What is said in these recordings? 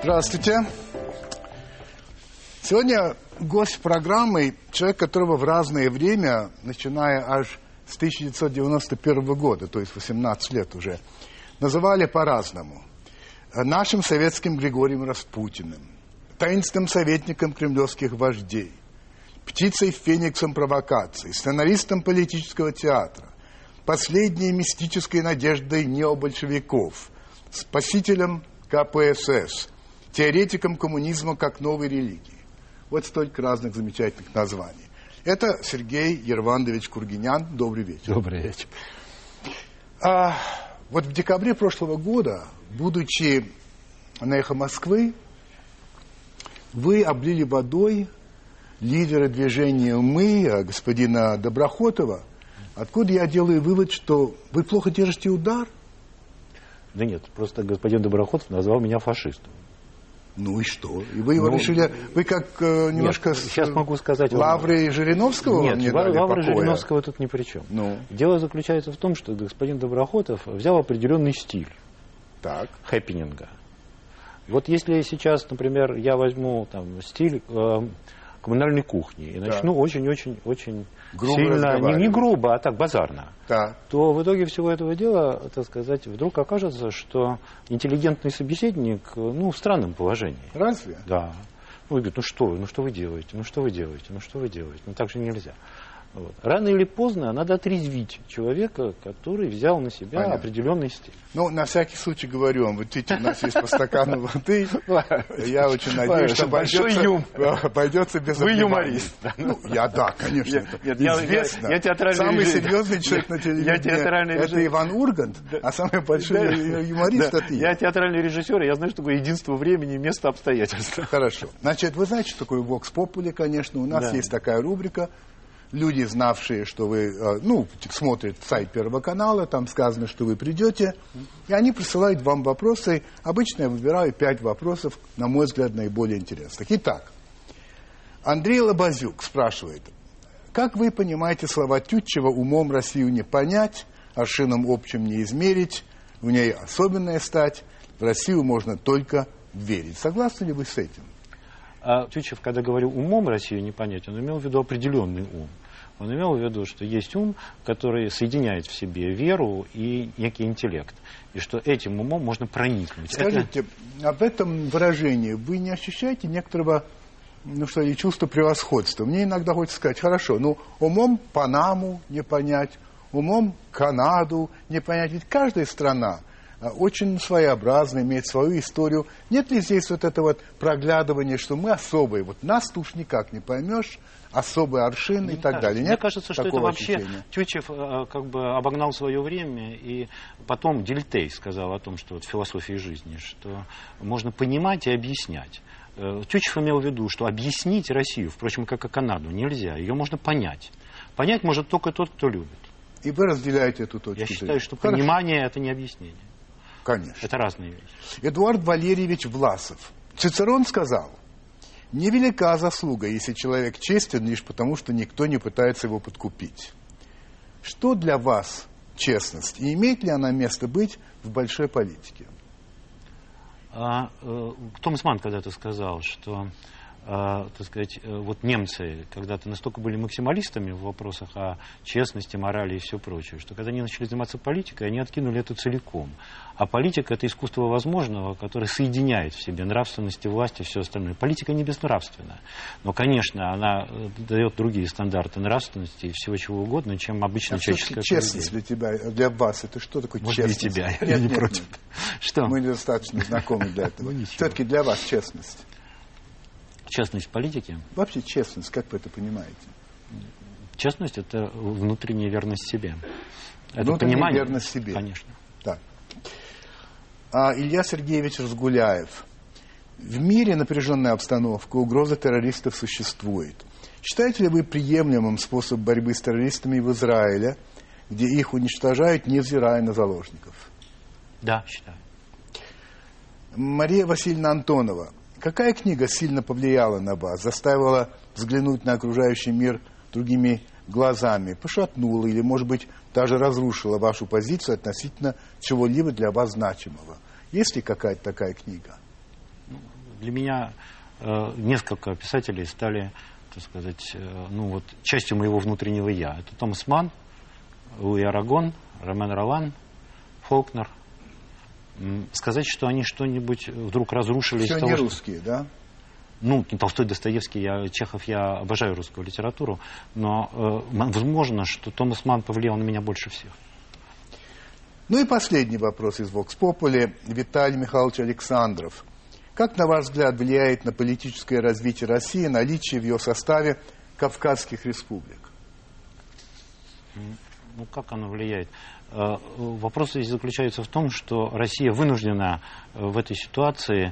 Здравствуйте. Сегодня гость программы – человек, которого в разное время, начиная аж с 1991 года, то есть 18 лет уже, называли по-разному. Нашим советским Григорием Распутиным, таинственным советником кремлевских вождей, птицей-фениксом провокаций, сценаристом политического театра, последней мистической надеждой необольшевиков, спасителем КПСС, теоретиком коммунизма как новой религии. Вот столько разных замечательных названий. Это Сергей Ервандович Кургинян. Добрый вечер. Добрый вечер. Вот в декабре прошлого года, будучи на «Эхо Москвы», вы облили водой лидера движения «Мы», господина Доброхотова, откуда я делаю вывод, что вы плохо держите удар? Да нет, просто господин Доброхотов назвал меня фашистом. Ну и что? И вы его решили... Вы как немножко... Нет, сейчас могу сказать... Лавры Жириновского? Нет, Лавры Жириновского тут ни при чем. Ну. Дело заключается в том, что господин Доброхотов взял определенный стиль хэппининга. Вот если сейчас, например, я возьму там стиль коммунальной кухни и начну очень-очень-очень сильно, не грубо, а так базарно, то в итоге всего этого дела, так сказать, вдруг окажется, что интеллигентный собеседник, в странном положении. Разве? Да. Он говорит, что вы делаете, что вы делаете, так же нельзя. Вот. Рано или поздно надо отрезвить человека, который взял на себя определенный стиль. Ну, на всякий случай говорю вам, вот видите, у нас есть по стакану воды. Я очень надеюсь, что обойдется без Вы юморист. Ну, конечно, это известно. Я театральный самый серьезный человек на телевидении это Иван Ургант, а самый большой юморист это я. Я театральный режиссер, и я знаю, что такое единство времени, места, обстоятельств. Хорошо. Значит, вы знаете, что такое Vox Populi, конечно. У нас есть такая рубрика. Люди, знавшие, что вы, смотрят сайт Первого канала, там сказано, что вы придете, и они присылают вам вопросы. Обычно я выбираю 5 вопросов, на мой взгляд, наиболее интересных. Итак, Андрей Лобазюк спрашивает, как вы понимаете слова Тютчева «умом Россию не понять, аршином общим не измерить, в ней особенная стать, в Россию можно только верить». Согласны ли вы с этим? А Тютчев, когда говорил «умом Россию не понять», он имел в виду определенный ум. Он имел в виду, что есть ум, который соединяет в себе веру и некий интеллект. И что этим умом можно проникнуть. Скажите, об этом выражении вы не ощущаете некоторого, чувства превосходства? Мне иногда хочется сказать, хорошо, умом Панаму не понять, умом Канаду не понять. Ведь каждая страна очень своеобразно, имеет свою историю. Нет ли здесь вот это вот проглядывание, что мы особые, вот нас-то уж никак не поймешь, особый аршин и так далее? Мне кажется, что это вообще Тютчев как бы обогнал свое время, и потом Дельтей сказал о том, что в философии жизни, что можно понимать и объяснять. Тютчев имел в виду, что объяснить Россию, впрочем, как и Канаду, нельзя. Ее можно понять. Понять может только тот, кто любит. И вы разделяете эту точку зрения? Я считаю, что понимание – это не объяснение. Конечно. Это разные вещи. Эдуард Валерьевич Власов. Цицерон сказал, невелика заслуга, если человек честен лишь потому, что никто не пытается его подкупить. Что для вас честность? И имеет ли она место быть в большой политике? Томас Манн когда-то сказал, что вот немцы когда-то настолько были максималистами в вопросах о честности, морали и все прочее, что когда они начали заниматься политикой, они откинули это целиком. А политика – это искусство возможного, которое соединяет в себе нравственность и власть и все остальное. Политика не безнравственна. Но, конечно, она дает другие стандарты нравственности и всего чего угодно, чем обычная человеческая честность для вас – это что такое честность? Для тебя, я не против. Что? Мы недостаточно знакомы для этого. Все-таки для вас честность. Честность в политике? Вообще честность, как вы это понимаете? Честность – это внутренняя верность себе. Это внутренняя верность себе. Конечно. Так. Илья Сергеевич Разгуляев. В мире напряженная обстановка, угроза террористов существует. Считаете ли вы приемлемым способ борьбы с террористами в Израиле, где их уничтожают, невзирая на заложников? Да, считаю. Мария Васильевна Антонова. Какая книга сильно повлияла на вас, заставила взглянуть на окружающий мир другими глазами, пошатнула или, может быть, даже разрушила вашу позицию относительно чего-либо для вас значимого? Есть ли какая-то такая книга? Для меня несколько писателей стали, так сказать, частью моего внутреннего «я». Это Томас Манн, Луи Арагон, Ромен Ролан, Фолкнер. Сказать, что они что-нибудь вдруг разрушили... Все из они того, русские, да? Толстой, Достоевский, Чехов, я обожаю русскую литературу, но возможно, что Томас Манн повлиял на меня больше всех. Ну и последний вопрос из Vox Populi. Виталий Михайлович Александров. Как, на ваш взгляд, влияет на политическое развитие России наличие в ее составе Кавказских республик? Как оно влияет? Вопрос здесь заключается в том, что Россия вынуждена в этой ситуации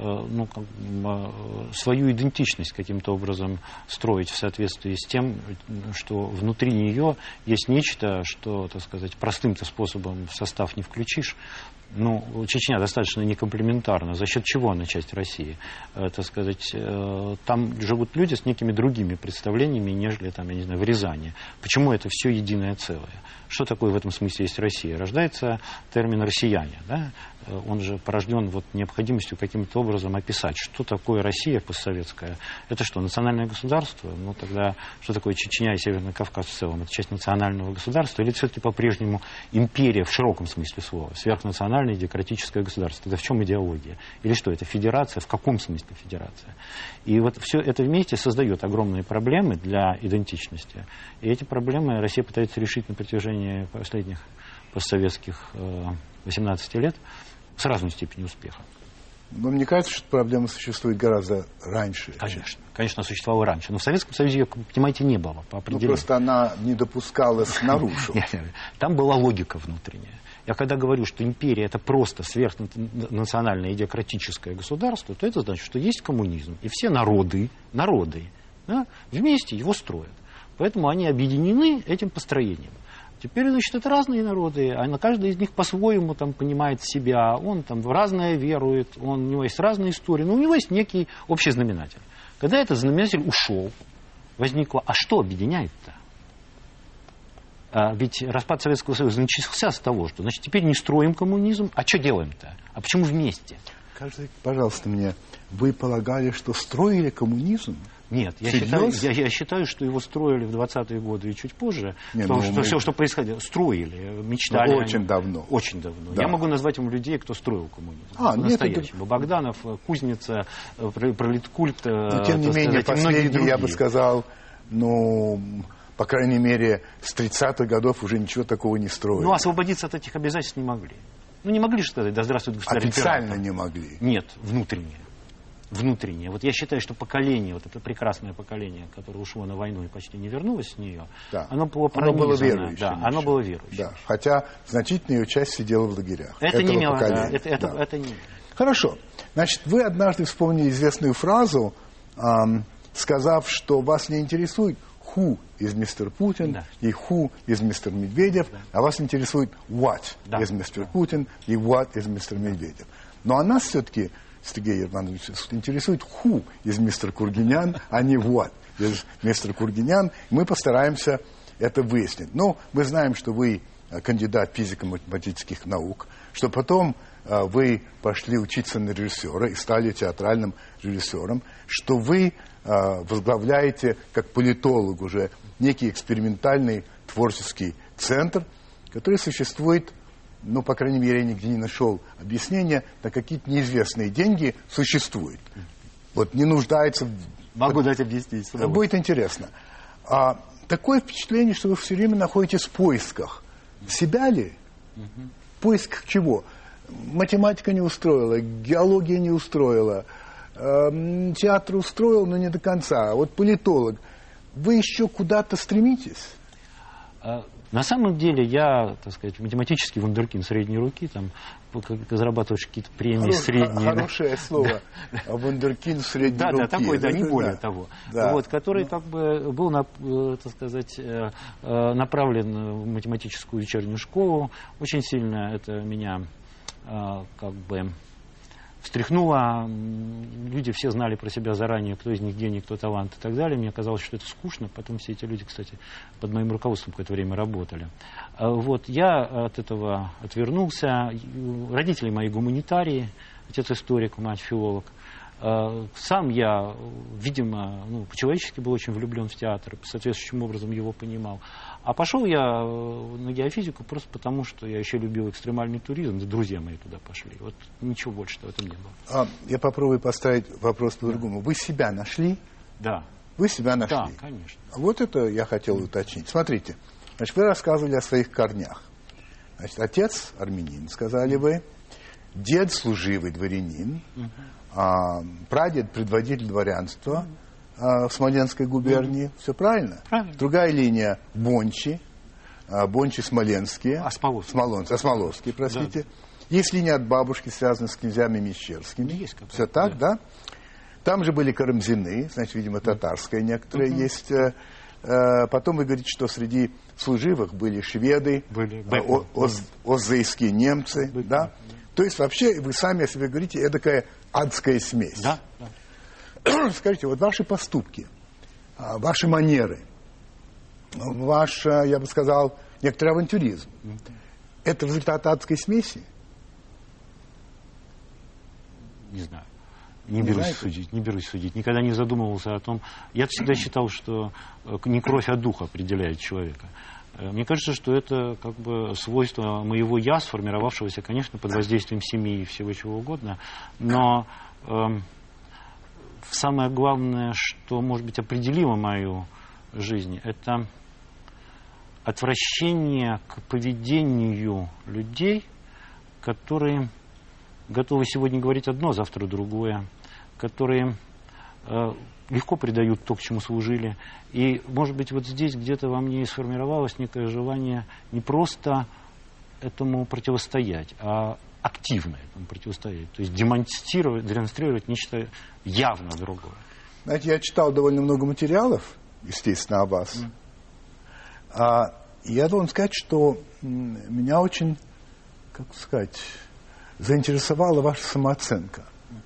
свою идентичность каким-то образом строить в соответствии с тем, что внутри нее есть нечто, что, так сказать, простым-то способом в состав не включишь. Чечня достаточно некомплементарна. За счет чего она часть России? Так сказать, там живут люди с некими другими представлениями, нежели там, я не знаю, в Рязани. Почему это все единое целое? Что такое в этом смысле есть Россия? Рождается термин «россияне». Да? Он же порожден необходимостью каким-то образом описать, что такое Россия постсоветская. Это что, национальное государство? Тогда что такое Чечня и Северный Кавказ в целом? Это часть национального государства? Или все-таки по-прежнему империя в широком смысле слова? Сверхнациональное демократическое государство? Тогда в чем идеология? Или что, это федерация? В каком смысле федерация? И все это вместе создает огромные проблемы для идентичности. И эти проблемы Россия пытается решить на протяжении последних постсоветских 18 лет с разной степенью успеха. Но мне кажется, что проблема существует гораздо раньше. Конечно, существовала раньше. Но в Советском Союзе ее, понимаете, не было по определению. Просто она не допускалась наружу. Там была логика внутренняя. Я когда говорю, что империя это просто сверхнациональное идиократическое государство, то это значит, что есть коммунизм. И все народы вместе его строят. Поэтому они объединены этим построением. Теперь, это разные народы, а каждый из них по-своему понимает себя, он в разное верует, у него есть разные истории, но у него есть некий общий знаменатель. Когда этот знаменатель ушел, возникло, а что объединяет-то? Ведь распад Советского Союза начался с того, что, теперь не строим коммунизм, а что делаем-то? А почему вместе? Скажите, пожалуйста, мне, вы полагали, что строили коммунизм? Нет, я считаю, что его строили в 20-е годы и чуть позже. Все, что происходило, строили, мечтали. Очень давно. Очень давно. Да. Я могу назвать вам людей, кто строил коммунизм. По-настоящему. Богданов, Кузница, Пролеткульт. Но, тем не менее, последний, я бы сказал, по крайней мере, с 30-х годов уже ничего такого не строили. Освободиться от этих обязательств не могли. Не могли же сказать, да здравствует государь император. Официально не могли. Нет, внутреннее. Я считаю, что поколение, это прекрасное поколение, которое ушло на войну и почти не вернулось с нее, оно было верующим. Да, оно было верующим. Да, хотя значительная ее часть сидела в лагерях. Это не имело, это не. Хорошо. Вы однажды вспомнили известную фразу, сказав, что вас не интересует who is Mr. Putin и who is Mr. Медведев, а вас интересует what is Mr. Putin и what is Mr. Медведев. Но нас все-таки, Сергей Иванович, интересует who is Mr. Кургинян, а не what is Mr. Кургинян. Мы постараемся это выяснить. Мы знаем, что вы кандидат физико-математических наук, что потом вы пошли учиться на режиссера и стали театральным режиссером, что вы возглавляете, как политолог уже, некий экспериментальный творческий центр, который существует, по крайней мере, я нигде не нашел объяснения, на какие-то неизвестные деньги существует. Не нуждается... Могу дать объяснить. Будет интересно. Такое впечатление, что вы все время находитесь в поисках. Себя ли? В поисках чего? Математика не устроила, геология не устроила, театр устроил, но не до конца. Политолог. Вы еще куда-то стремитесь? На самом деле я, математический вундеркинд средней руки, зарабатываешь какие-то премии средние. Хорошее слово. Вундеркинд средней руки. Да, такой, не более того. Который был, направлен в математическую вечернюю школу. Очень сильно это меня встряхнуло. Люди все знали про себя заранее, кто из них гений, кто талант и так далее. Мне казалось, что это скучно. Потом все эти люди, кстати, под моим руководством какое-то время работали. Я от этого отвернулся. Родители мои гуманитарии. отец историк, мать филолог. Сам я, видимо, по-человечески был очень влюблен в театр, соответствующим образом его понимал. А пошел я на геофизику просто потому, что я еще любил экстремальный туризм, да друзья мои туда пошли. Вот ничего больше в этом не было. Я попробую поставить вопрос по-другому. Вы себя нашли? Да. Вы себя нашли? Да, конечно. Вот это я хотел уточнить. Смотрите, значит, вы рассказывали о своих корнях. Значит, отец армянин, сказали вы, дед служивый дворянин, прадед предводитель дворянства в Смоленской губернии. Все правильно? Правильно. Другая линия Бончи, Бончи смоленские. Смоловские, простите. Да. Есть линия от бабушки, связанная с князьями Мещерскими. Есть, все так, да? Там же были Карамзины, значит, видимо, татарская некоторые есть. Потом вы говорите, что среди служивых были шведы, оззейские немцы, да? То есть вообще вы сами о себе говорите, эдакая адская смесь. Да. Скажите, вот ваши поступки, ваши манеры, ваш, я бы сказал, некоторый авантюризм, это результат адской смеси? Не знаю. Не берусь судить. Никогда не задумывался о том. Я всегда считал, что не кровь, а дух определяет человека. Мне кажется, что это как бы свойство моего «я», сформировавшегося, конечно, под воздействием семьи и всего чего угодно. Но самое главное, что, может быть, определило мою жизнь, это отвращение к поведению людей, которые готовы сегодня говорить одно, завтра другое, которые легко предают то, к чему служили. И, может быть, вот здесь где-то во мне и сформировалось некое желание не просто этому противостоять, а активно этому противостоять. То есть демонстрировать нечто явно другое. Знаете, я читал довольно много материалов, естественно, о вас. И я должен сказать, что меня очень, как сказать, заинтересовала ваша самооценка.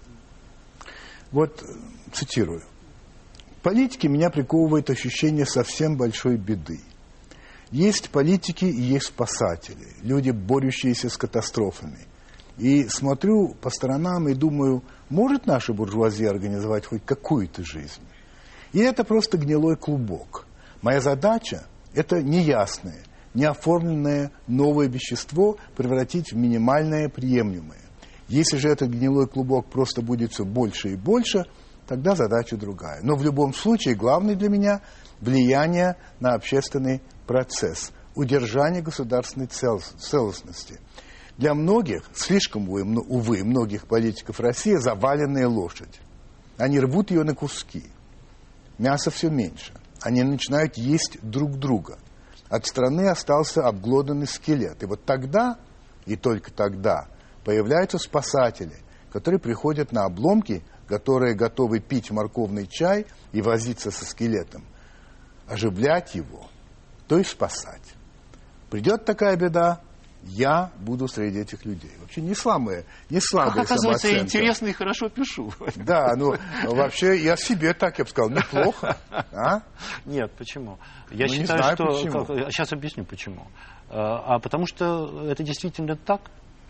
Вот, цитирую. В политике меня приковывает ощущение совсем большой беды. Есть политики и есть спасатели, люди, борющиеся с катастрофами. И смотрю по сторонам и думаю, может наша буржуазия организовать хоть какую-то жизнь? И это просто гнилой клубок. Моя задача – это неясное, неоформленное новое вещество превратить в минимальное приемлемое. Если же этот гнилой клубок просто будет все больше и больше, тогда задача другая. Но в любом случае главное для меня – влияние на общественный процесс, удержание государственной целостности. Для многих, слишком, увы, многих политиков России заваленная лошадь. Они рвут ее на куски. Мяса все меньше. Они начинают есть друг друга. От страны остался обглоданный скелет. И вот тогда, и только тогда, появляются спасатели, которые приходят на обломки, которые готовы пить морковный чай и возиться со скелетом, оживлять его, то есть спасать. Придет такая беда, я буду среди этих людей. Вообще не слабая оказывается, самооценка. я интересно и хорошо пишу. Да, ну вообще я себе так, я бы сказал, неплохо. А? Нет, почему? Я считаю, что... Сейчас объясню, почему. Потому что это действительно так.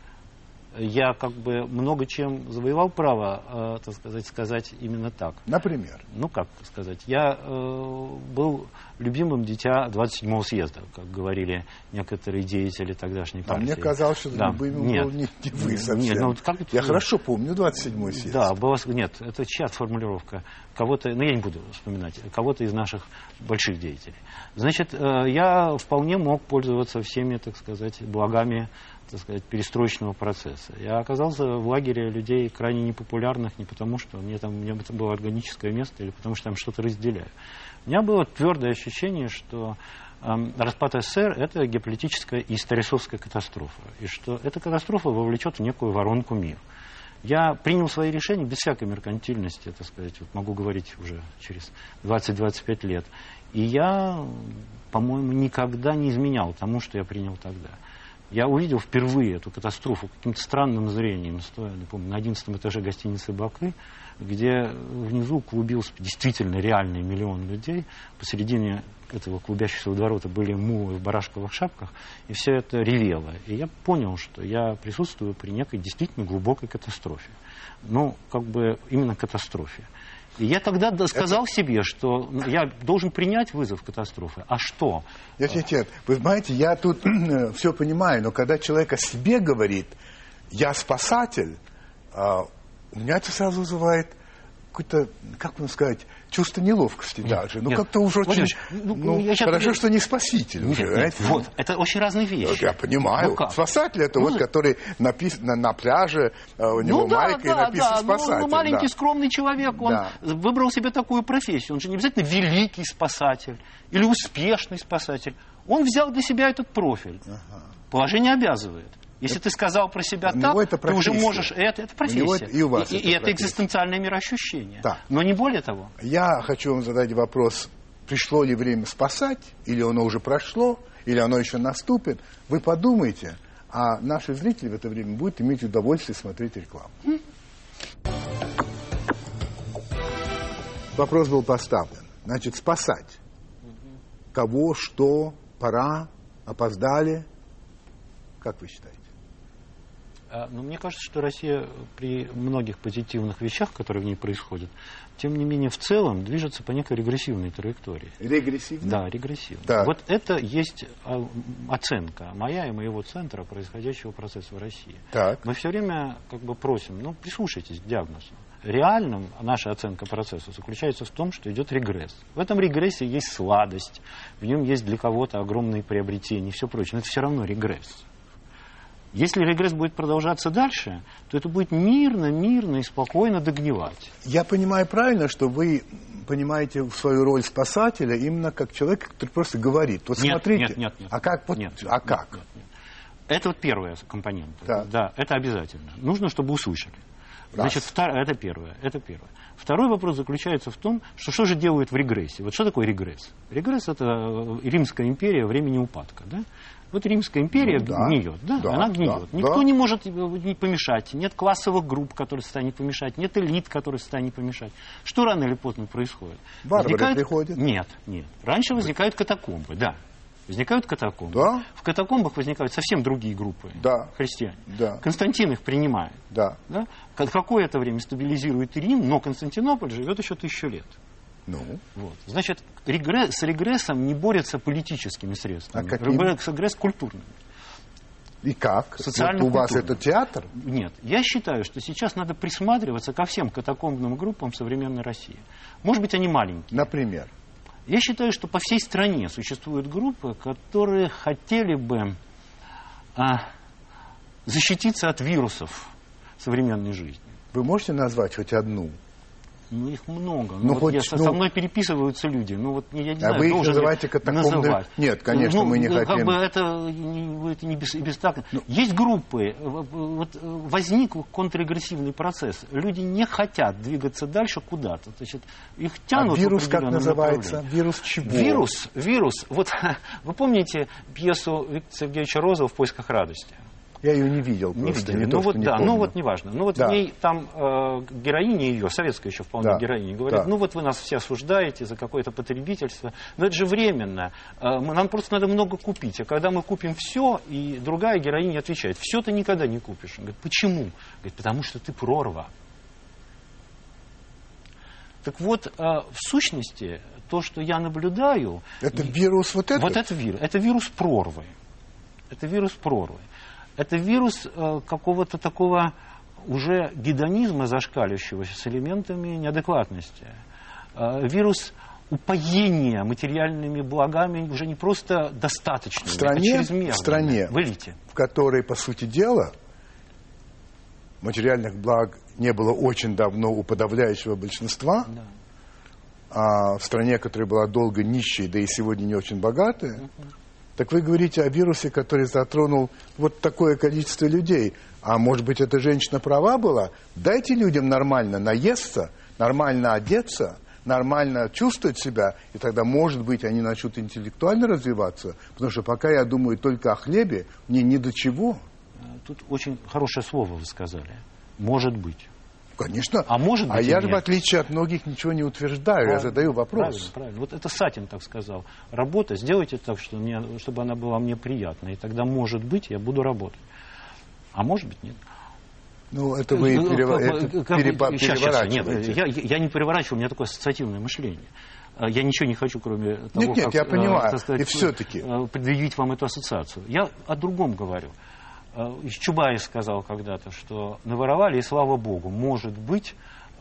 Я как бы много чем завоевал право, так сказать именно так. Например? Ну, как сказать. Я был любимым дитя 27-го съезда, как говорили некоторые деятели тогдашней партии. Мне казалось, что любимым был не вы совсем. Нет, ну, я хорошо помню 27-й съезд. Да, нет, это чья-то формулировка. Кого-то, я не буду вспоминать, кого-то из наших больших деятелей. Значит, я вполне мог пользоваться всеми, так сказать, благами, так сказать, перестроечного процесса. Я оказался в лагере людей крайне непопулярных не потому, что мне было органическое место или потому, что там что-то разделяю. У меня было твердое ощущение, что распад СССР – это геополитическая и историческая катастрофа, и что эта катастрофа вовлечет в некую воронку мир. Я принял свои решения без всякой меркантильности, так сказать, вот могу говорить уже через 20-25 лет. И я, по-моему, никогда не изменял тому, что я принял тогда. Я увидел впервые эту катастрофу каким-то странным зрением, стоя, не помню, на 11 этаже гостиницы «Бакы», где внизу клубился действительно реальный миллион людей. Посередине этого клубящегося водоворота были мулы в барашковых шапках, и все это ревело. И я понял, что я присутствую при некой действительно глубокой катастрофе. Ну, как бы именно катастрофе. И я тогда сказал себе, что я должен принять вызов катастрофы. А что? Нет. Вы знаете, я тут все понимаю, но когда человек о себе говорит, я спасатель, у меня это сразу вызывает какое-то, как вам сказать, чувство неловкости даже. Ну, как-то уже очень... хорошо, что не спаситель уже. Вот, это очень разные вещи. Я понимаю. Спасатель это вот, который написано на пляже, у него майка и написано спасатель. Маленький скромный человек, он выбрал себе такую профессию. Он же не обязательно великий спасатель или успешный спасатель. Он взял для себя этот профиль. Положение обязывает. Если ты сказал про себя так, ты уже можешь... Это профессия. И у вас и это экзистенциальное мироощущение. Да. Но не более того. Я хочу вам задать вопрос. Пришло ли время спасать? Или оно уже прошло? Или оно еще наступит? Вы подумайте, а наши зрители в это время будут иметь удовольствие смотреть рекламу. Вопрос был поставлен. Значит, спасать. Кого, что, пора, опоздали? Как вы считаете? Ну, мне кажется, что Россия при многих позитивных вещах, которые в ней происходят, тем не менее в целом движется по некой регрессивной траектории. Регрессивной? Да, регрессивной. Так. Вот это есть оценка моя и моего центра происходящего процесса в России. Так. Мы все время как бы просим, прислушайтесь к диагнозу. Реальным наша оценка процесса заключается в том, что идет регресс. В этом регрессе есть сладость, в нем есть для кого-то огромные приобретения и все прочее. Но это все равно регресс. Если регресс будет продолжаться дальше, то это будет мирно и спокойно догнивать. Я понимаю правильно, что вы понимаете свою роль спасателя именно как человек, который просто говорит. Вот нет, смотрите. Нет. А как? Нет. Это вот первая компонента. Да, это обязательно. Нужно, чтобы услышали. Значит, это первое. Второй вопрос заключается в том, что же делают в регрессе. Вот что такое регресс? Регресс – это Римская империя времени упадка. Да? Вот Римская империя гниет, она гниет. Никто не может помешать. Нет классовых групп, которые в состоянии помешать. Нет элит, которые в состоянии помешать. Что рано или поздно происходит? Варвары приходят? Нет. Раньше возникают катакомбы, Возникают катакомбы. Да? В катакомбах возникают совсем другие группы христиане. Да. Константин их принимает. Да. Какое-то время стабилизирует Рим, но Константинополь живет еще 1000 лет. Вот. Значит, с регрессом не борются политическими средствами. Регресс культурным. И как? Вот у вас это театр? Нет. Я считаю, что сейчас надо присматриваться ко всем катакомбным группам современной России. Может быть, они маленькие. Например? Я считаю, что по всей стране существуют группы, которые хотели бы защититься от вирусов современной жизни. Вы можете назвать хоть одну? Их много. Со мной переписываются люди. Я не знаю, вы их называете катакомбы? Нет, конечно, мы не хотим. Это не бестактно. Есть группы. Возник контррегрессивный процесс. Люди не хотят двигаться дальше куда-то. Значит, их тянут. А вирус как называется? Вирус чего? Вирус. Вот вы помните пьесу Виктора Сергеевича Розова «В поисках радости»? Я ее не видел просто. Неважно. В ней там героиня ее, советская еще вполне героиня, говорит, вы нас все осуждаете за какое-то потребительство, но это же временно, нам просто надо много купить, а когда мы купим все, и другая героиня отвечает, все ты никогда не купишь. Он говорит, почему? Говорит, потому что ты прорва. Так вот, в сущности, то, что я наблюдаю... Это вирус вот этот? Вот это вирус. Это вирус прорвы. Это вирус какого-то такого уже гедонизма зашкаливающегося с элементами неадекватности. Вирус упоения материальными благами уже не просто достаточными, а чрезмерными. В стране, в элите. В которой, по сути дела, материальных благ не было очень давно у подавляющего большинства, а в стране, которая была долго нищей, да и сегодня не очень богатая, так вы говорите о вирусе, который затронул вот такое количество людей. А может быть, эта женщина права была? Дайте людям нормально наесться, нормально одеться, нормально чувствовать себя, и тогда, может быть, они начнут интеллектуально развиваться, потому что пока я думаю только о хлебе, мне ни до чего. Тут очень хорошее слово вы сказали. Может быть. Конечно. А может быть, я и же, в нет. отличие от многих, ничего не утверждаю, Правильно, я задаю вопрос. Правильно, правильно. Вот это Сатин так сказал. Работа, сделайте так, чтобы она была мне приятной, и тогда, может быть, я буду работать. А может быть, нет. Ну, это вы переворачиваете. Нет, я не переворачиваю, у меня такое ассоциативное мышление. Я ничего не хочу, кроме того, нет, как, я понимаю. так сказать, и все-таки. предъявить вам эту ассоциацию. Я о другом говорю. Чубайс сказал когда-то, что наворовали, и слава богу, может быть,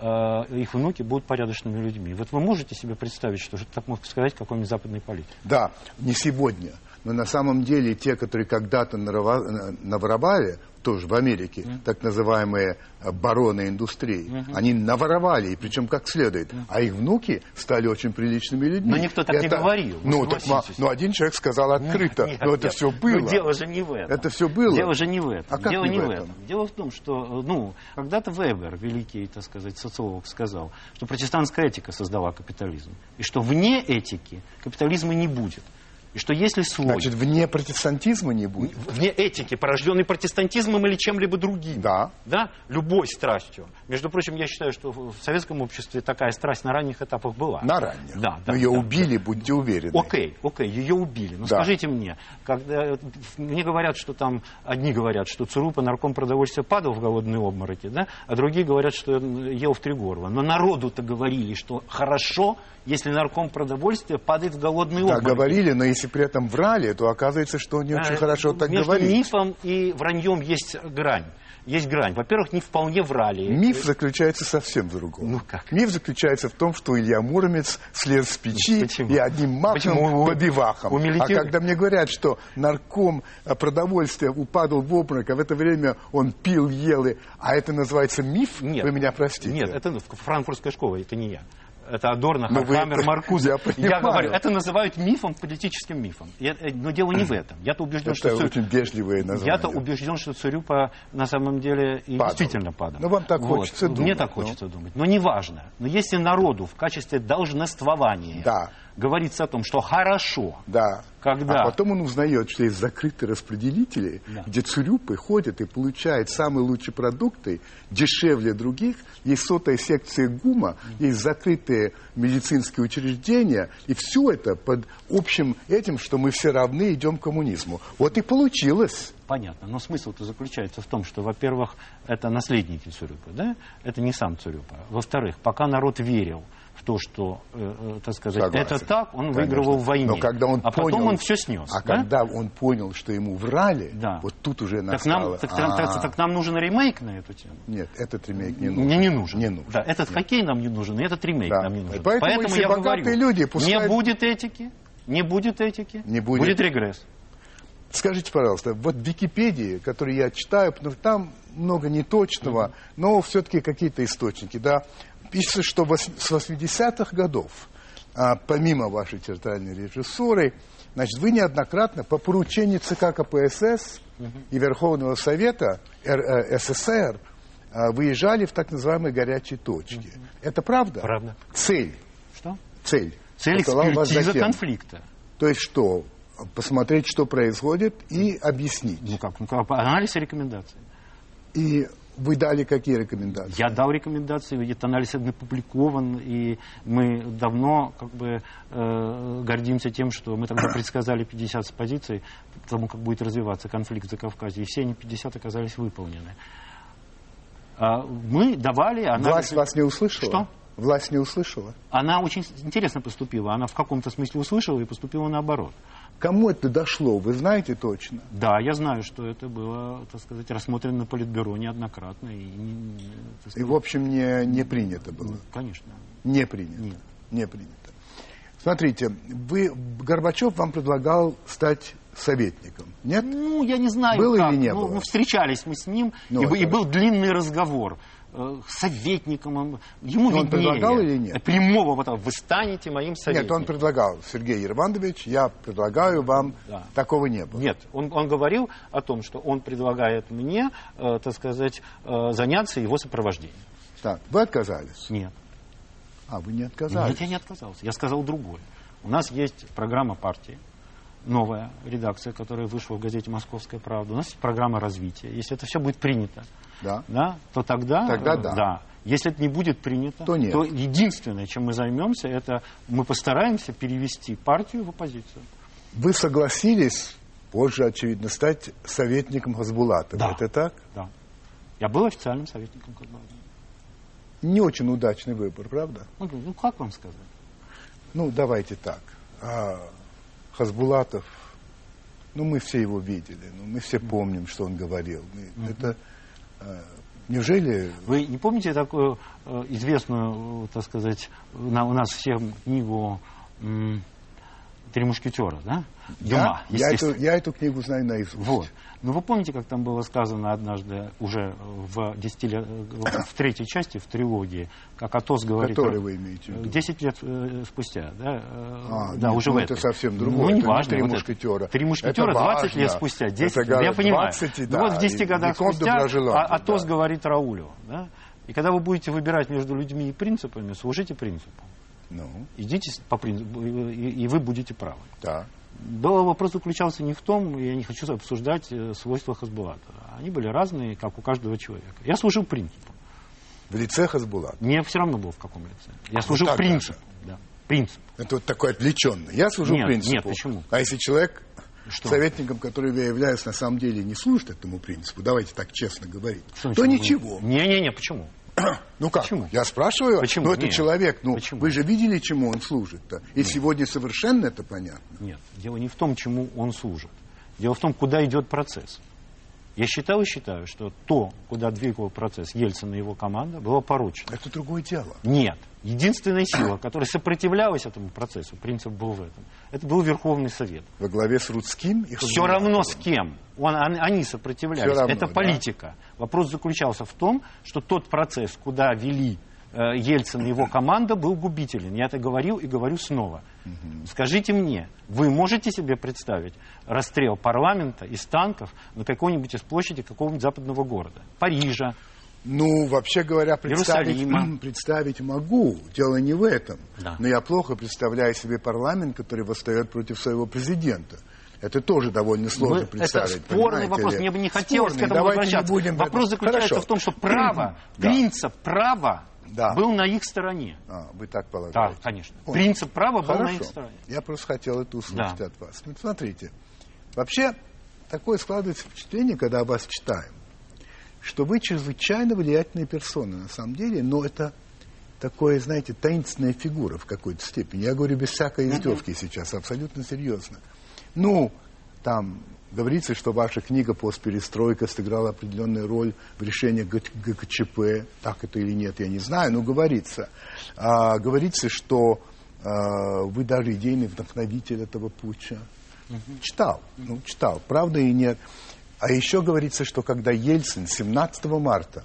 их внуки будут порядочными людьми. Вот вы можете себе представить, что так мог сказать какой-нибудь западный политик? Да, не сегодня. Но на самом деле те, которые когда-то наворовали, тоже в Америке, так называемые бароны индустрии, они наворовали, и причем как следует. А их внуки стали очень приличными людьми. Но никто так не говорил. Ну, один человек сказал открыто. Но это все было. Но дело же не в этом. Это все было. Дело же не в этом. А как дело не не в в этом? Дело в том, что когда-то Вебер, великий, так сказать, социолог, сказал, что протестантская этика создала капитализм. И что вне этики капитализма не будет. И что если слой... Значит, вне протестантизма не будет? Вне этики, порожденной протестантизмом или чем-либо другим. Да. Да? Любой страстью. Между прочим, я считаю, что в советском обществе такая страсть на ранних этапах была. На ранних? Да. Но ее убили, будьте уверены. Окей, ее убили. Но скажите мне, когда мне говорят, что там, одни говорят, что ЦРУ нарком продовольствия падал в голодные обмороки, да? А другие говорят, что ел в 3 горла. Но народу-то говорили, что хорошо, если нарком продовольствия падает в голодные обмороки. Да, говорили, но если при этом врали, то оказывается, что не очень хорошо так говорить. Между мифом и враньем есть грань. Есть грань. Во-первых, не вполне врали. Миф заключается совсем в другом. Ну как? Миф заключается в том, что Илья Муромец слез с печи и одним махом по бивахам. А когда мне говорят, что нарком продовольствия упадал в обморок, а в это время он пил, ел, а это называется миф, нет, вы меня простите. Нет, это франкфуртская школа, это не я. Это Адорно, Хорхаймер, Маркузе. Я говорю, это называют мифом, политическим мифом. Но дело не в этом. Я-то убежден, это очень вежливое название. Я-то убежден, что ЦРЮ на самом деле и действительно падал. Но вам так хочется думать. Мне так хочется думать. Но неважно. Но если народу в качестве долженствования говорится о том, что хорошо, когда... А потом он узнает, что есть закрытые распределители, где ЦРЮ приходит и получает самые лучшие продукты, дешевле других, есть сотая секция ГУМа, есть закрытые медицинские учреждения, и все это под общим этим, что мы все равны, идем к коммунизму. Вот и получилось. Понятно, но смысл-то заключается в том, что, во-первых, это наследники ЦРЮПа, да? Это не сам ЦРЮПа. Во-вторых, пока народ верил в то, что, так сказать, Согласен. это так, он выигрывал в войне. Но когда он понял, потом он все снес. Когда он понял, что ему врали, вот тут уже настало... Так нам нужен ремейк на эту тему? Нет, этот ремейк не нужен. Мне не нужен. Не нужен. Да, этот хоккей нам не нужен, и этот ремейк нам не нужен. Поэтому я говорю, люди, не будет этики, не будет этики, будет регресс. Скажите, пожалуйста, вот в Википедии, которую я читаю, потому что там много неточного, но все-таки какие-то источники, да, пишется, что с 80-х годов, помимо вашей театральной режиссуры, значит, вы неоднократно по поручению ЦК КПСС и Верховного Совета СССР выезжали в так называемые горячие точки. Это правда? Правда. Цель. Что? Цель. Цель экспертиза конфликта. То есть что? Посмотреть, что происходит, и объяснить. Ну как анализ и рекомендации. И вы дали какие рекомендации? Я дал рекомендации, ведь этот анализ опубликован, и мы давно гордимся тем, что мы тогда предсказали 50 позиций тому, как будет развиваться конфликт в Закавказье, и все они 50 оказались выполнены. Мы давали анализ... Власть вас не услышала? Что? Власть не услышала? Она очень интересно поступила. Она в каком-то смысле услышала и поступила наоборот. Кому это дошло, вы знаете точно? Да, я знаю, что это было, так сказать, рассмотрено на Политбюро неоднократно. И в общем, не принято было? Конечно. Не принято? Нет. Не принято. Смотрите, Горбачев вам предлагал стать советником, нет? Ну, я не знаю, было как. Или не было? Ну, встречались мы с ним, и был длинный разговор. Советником, ему виднее. Он предлагал или нет? Прямого вы станете моим советником. Нет, он предлагал, Сергей Ервандович, я предлагаю вам, такого не было. Нет, он говорил о том, что он предлагает мне, так сказать, заняться его сопровождением. Так, вы отказались? Нет. А, вы не отказались? Нет, я не отказался. Я сказал другое. У нас есть программа партии, новая редакция, которая вышла в газете «Московская правда». У нас есть программа развития. Если это все будет принято, да. То тогда да. Если это не будет принято, то единственное, чем мы займемся, это мы постараемся перевести партию в оппозицию. Вы согласились позже, очевидно, стать советником Хасбулатова. Да. Это так? Да. Я был официальным советником Хасбулатова. Не очень удачный выбор, правда? Ну, как вам сказать? Ну, давайте так. Хасбулатов, мы все его видели, мы все помним, что он говорил. Это, неужели... Вы не помните такую известную, так сказать, у нас всем книгу «Три мушкетера», да? Дюма, естественно. Я эту книгу знаю наизусть. Вот. Но вы помните, как там было сказано однажды, уже в 3-й части, в трилогии, как Атос говорит... Который вы имеете в виду? 10 лет спустя, да? Да, уже в это совсем другое. Ну, не важно. «Три мушкетера». «Три мушкетера» 20 лет спустя, 10 лет, я понимаю. 20, да. Вот в 10 годах спустя Атос говорит Раулю, да? И когда вы будете выбирать между людьми и принципами, служите принципу. Идите по принципу, и вы будете правы. Да. Но вопрос заключался не в том, я не хочу обсуждать свойства Хасбулатова. Они были разные, как у каждого человека. Я служил принципу. В лице Хасбулатова? Мне все равно было в каком лице. Я служил принципу. Да. Принцип. Это вот такой отвлеченный. Я служу принципу. Нет, почему? А если человек, советником, которым я являюсь, на самом деле не служит этому принципу, давайте так честно говорить, то ничего. Не, почему? Ну как? Почему? Я спрашиваю, почему? Это человек, вы же видели, чему он служит-то? И сегодня совершенно это понятно. Нет, дело не в том, чему он служит. Дело в том, куда идет процесс. Я считаю, что то, куда двигал процесс Ельцин и его команда, было порочно. Это другое дело. Нет. Единственная сила, которая сопротивлялась этому процессу, принцип был в этом, это был Верховный Совет. Во главе с Рудским и Все равно с кем. Они сопротивлялись. Равно, это политика. Да? Вопрос заключался в том, что тот процесс, куда вели Ельцин и его команда, был губителен. Я это говорил и говорю снова. Скажите мне, вы можете себе представить расстрел парламента из танков на какой-нибудь из площади какого-нибудь западного города? Парижа. Вообще говоря, представить могу. Дело не в этом. Да. Но я плохо представляю себе парламент, который восстает против своего президента. Это тоже довольно сложно представить. Это спорный вопрос. Мне бы не хотелось к этому возвращаться. Вопрос заключается в том, что право, принцип права был на их стороне. Вы так полагаете? Да, конечно. Принцип права был на их стороне. Я просто хотел это услышать от вас. Смотрите, вообще такое складывается впечатление, когда вас читаем, что вы чрезвычайно влиятельная персона, на самом деле, но это такое, знаете, таинственная фигура в какой-то степени. Я говорю без всякой издевки сейчас, абсолютно серьезно. Там говорится, что ваша книга «Постперестройка» сыграла определенную роль в решении ГКЧП. Так это или нет, я не знаю, но говорится. Говорится, что вы даже идейный вдохновитель этого путча. Читал, правда и нет. А еще говорится, что когда Ельцин 17 марта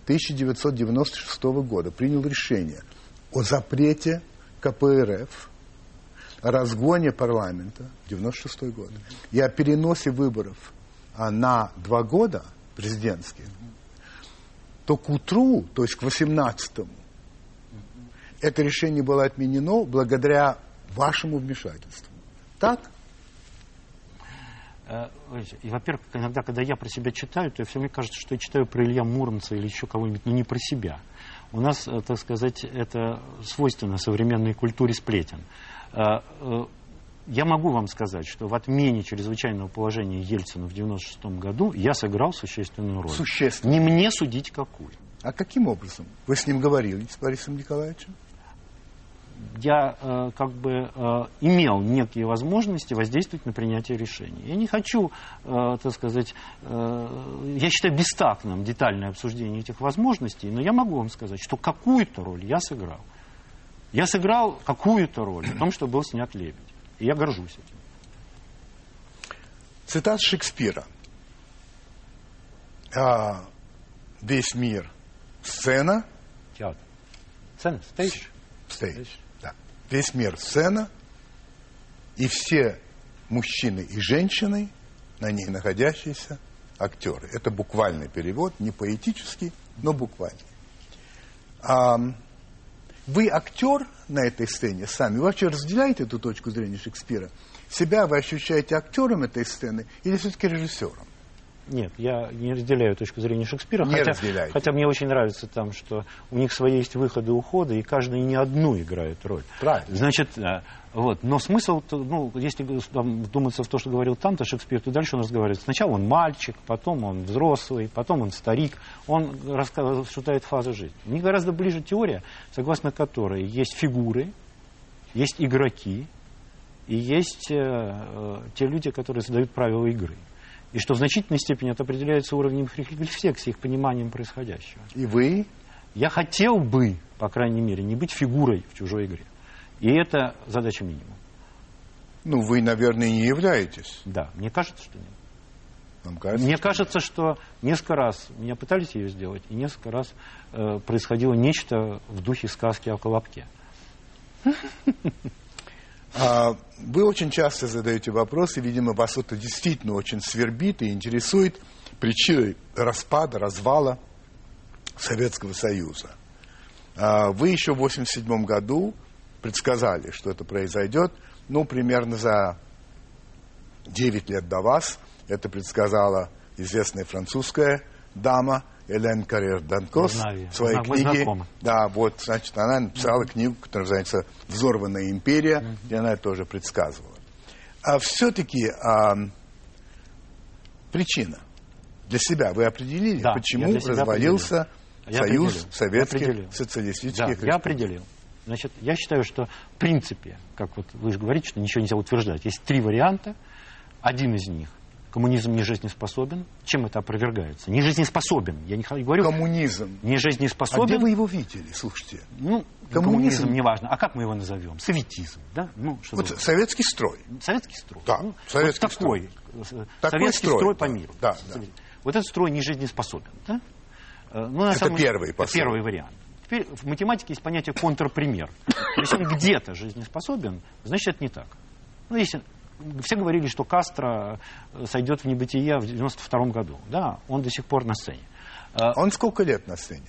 1996 года принял решение о запрете КПРФ, о разгоне парламента, 1996 год, и о переносе выборов на 2 года президентских, то к утру, то есть к 18-му, это решение было отменено благодаря вашему вмешательству. Так? И, во-первых, иногда, когда я про себя читаю, то мне кажется, что я читаю про Илья Муромца или еще кого-нибудь, но не про себя. У нас, так сказать, это свойственно современной культуре сплетен. Я могу вам сказать, что в отмене чрезвычайного положения Ельцина в 1996 году я сыграл существенную роль. Существенно. Не мне судить какую. А каким образом? Вы с ним говорили, с Борисом Николаевичем? Я имел некие возможности воздействовать на принятие решений. Я не хочу, так сказать, я считаю бестактным детальное обсуждение этих возможностей, но я могу вам сказать, что какую-то роль я сыграл. Я сыграл какую-то роль в том, что был снят «Лебедь». И я горжусь этим. Цитат Шекспира. Весь мир — сцена. Театр. Сцена, стейдж. Стейдж, да. Весь мир — сцена, и все мужчины и женщины, на ней находящиеся, актеры. Это буквальный перевод, не поэтический, но буквальный. Вы актер на этой сцене сами? Вы вообще разделяете эту точку зрения Шекспира? Себя вы ощущаете актером этой сцены или все-таки режиссером? Нет, я не разделяю точку зрения Шекспира, Не хотя мне очень нравится там, что у них свои есть выходы и уходы, и каждый не одну играет роль. Правильно. Значит, вот, но смысл, ну, если там, вдуматься в то, что говорил там-то Шекспир, то дальше он разговаривает. Сначала он мальчик, потом он взрослый, потом он старик, он рассуждает фазы жизни. Мне гораздо ближе теория, согласно которой есть фигуры, есть игроки, и есть те люди, которые задают правила игры. И что в значительной степени это определяется уровнем их рефлексии, их пониманием происходящего. И вы? Я хотел бы, по крайней мере, не быть фигурой в чужой игре. И это задача минимум. Ну, вы, наверное, не являетесь. Да, мне кажется, что нет. Вам кажется, мне кажется, что несколько раз меня пытались ее сделать, и несколько раз происходило нечто в духе сказки о Колобке. Вы очень часто задаете вопросы, видимо, вас это действительно очень свербит и интересует причиной распада, развала Советского Союза. Вы еще в 1987 году предсказали, что это произойдет, ну, примерно за 9 лет до вас. Это предсказала известная французская дама Элен Каррер-Данкос в своей книге. Да, вот, значит, она написала книгу, которая называется «Взорванная империя», где она это тоже предсказывала. А все-таки причина для себя вы определили, да, почему развалился Союз Советских Социалистических Республик? Я определил. Значит, я считаю, что в принципе, как вот вы же говорите, что ничего нельзя утверждать, есть 3 варианта. Один из них — коммунизм не жизнеспособен. Чем это опровергается? Не жизнеспособен. Я не говорю... Коммунизм. Не жизнеспособен. А где вы его видели, слушайте? Ну, коммунизм неважно. А как мы его назовем? Советизм, да? Ну, что вот советский строй. Советский строй. Да, ну, советский вот такой советский строй по миру. Да, да. Вот этот строй не жизнеспособен. Да? Ну, это первый, по сути. Первый вариант. Теперь в математике есть понятие контрпример. Если он где-то жизнеспособен, значит, это не так. Ну, если... Все говорили, что Кастро сойдет в небытие в 92 году. Да, он до сих пор на сцене. Он сколько лет на сцене?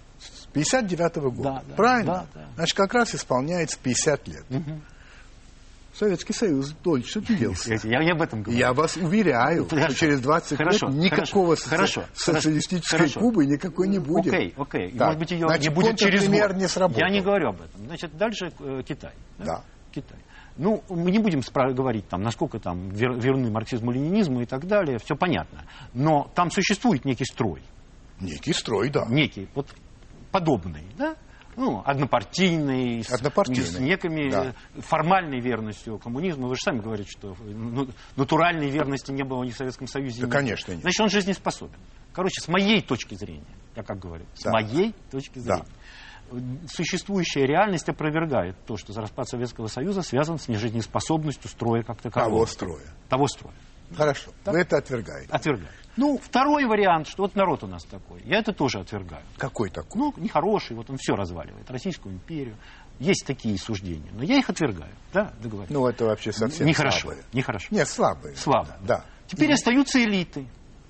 С 59-го года. Да, правильно? Да. Значит, как раз исполняется 50 лет. Угу. Советский Союз дольше длился. Я не об этом говорю. Я вас уверяю, что через 20 лет никакого социалистической Кубы никакой не будет. Окей. Может быть, ее не будет через год. Не сработал. Я не говорю об этом. Значит, дальше Китай. Да. Китай. Ну, мы не будем говорить, там, насколько там верны марксизму, ленинизму и так далее, все понятно. Но там существует некий строй. Некий строй, да. Некий, вот подобный, да? Ну, однопартийный, с некими формальной верностью коммунизму. Вы же сами говорите, что натуральной верности не было ни в Советском Союзе. Да, конечно, нет. Значит, он жизнеспособен. Короче, с моей точки зрения, я как говорю, с моей точки зрения. Да. Существующая реальность опровергает то, что распад Советского Союза связан с нежизнеспособностью строя как такового. Того строя. Хорошо, так? Вы это отвергаете. Отвергаю. Ну, второй вариант, что вот народ у нас такой. Я это тоже отвергаю. Какой такой? Ну, нехороший, вот он все разваливает. Российскую империю. Есть такие суждения. Но я их отвергаю. Да, договорились. Ну, это вообще совсем слабые. Нехорошо. Нет, слабые. Слабые. Да. Теперь остаются элиты.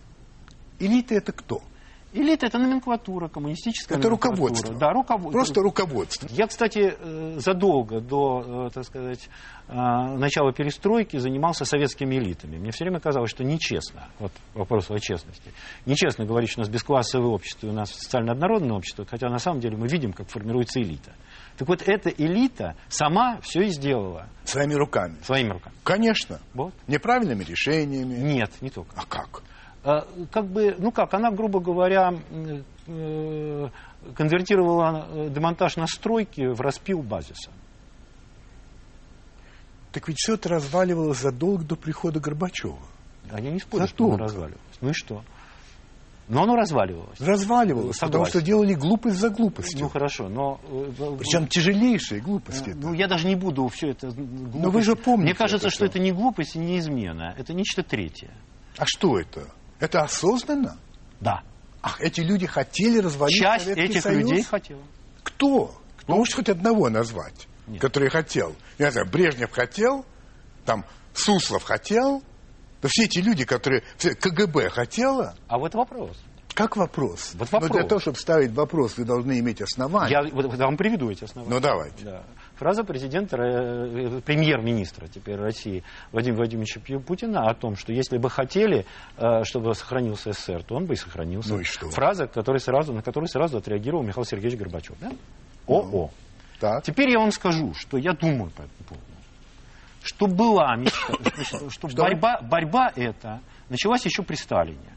Элиты это кто? Элита — это номенклатура, коммунистическая это номенклатура. Руководство. Да, руководство. Просто руководство. Я, кстати, задолго до, так сказать, начала перестройки занимался советскими элитами. Мне все время казалось, что нечестно, вот вопрос о честности, нечестно говорить, что у нас бесклассовое общество, у нас социально однородное общество, хотя на самом деле мы видим, как формируется элита. Так вот, эта элита сама все и сделала. Своими руками. Своими руками. Конечно. Вот. Неправильными решениями. Нет, не только. А как? Как бы, ну как, она, грубо говоря, конвертировала демонтаж на стройке в распил базиса. Так ведь все это разваливалось задолго до прихода Горбачева. Да, я не спорю, что оно разваливалось. Ну и что? Но оно разваливалось. Разваливалось, потому что делали глупость за глупостью. Ну хорошо, но... Причем тяжелейшие глупости. Ну я даже не буду все это... Но вы же помните. Мне кажется, что это не глупость и не измена. Это нечто третье. А что это? Это осознанно? Да. Ах, эти люди хотели развалить Советский Союз? Советский Часть этих людей хотела. Кто? Вы можете хоть одного назвать, который хотел? Я не знаю, Брежнев хотел, там Суслов хотел, да все эти люди, которые... КГБ хотело. А вот вопрос. как вопрос? Вот вопрос. Но для того, чтобы ставить вопрос, вы должны иметь основания. Я вам приведу эти основания. Ну, давайте. Да. Фраза премьер-министра теперь России Владимира Владимировича Путина о том, что если бы хотели, чтобы сохранился СССР, то он бы и сохранился. Ну и что? Фраза, на которую сразу отреагировал Михаил Сергеевич Горбачев. Да? Ну, так. Теперь я вам скажу, что я думаю по этому поводу. Что была мечта, что борьба эта началась еще при Сталине.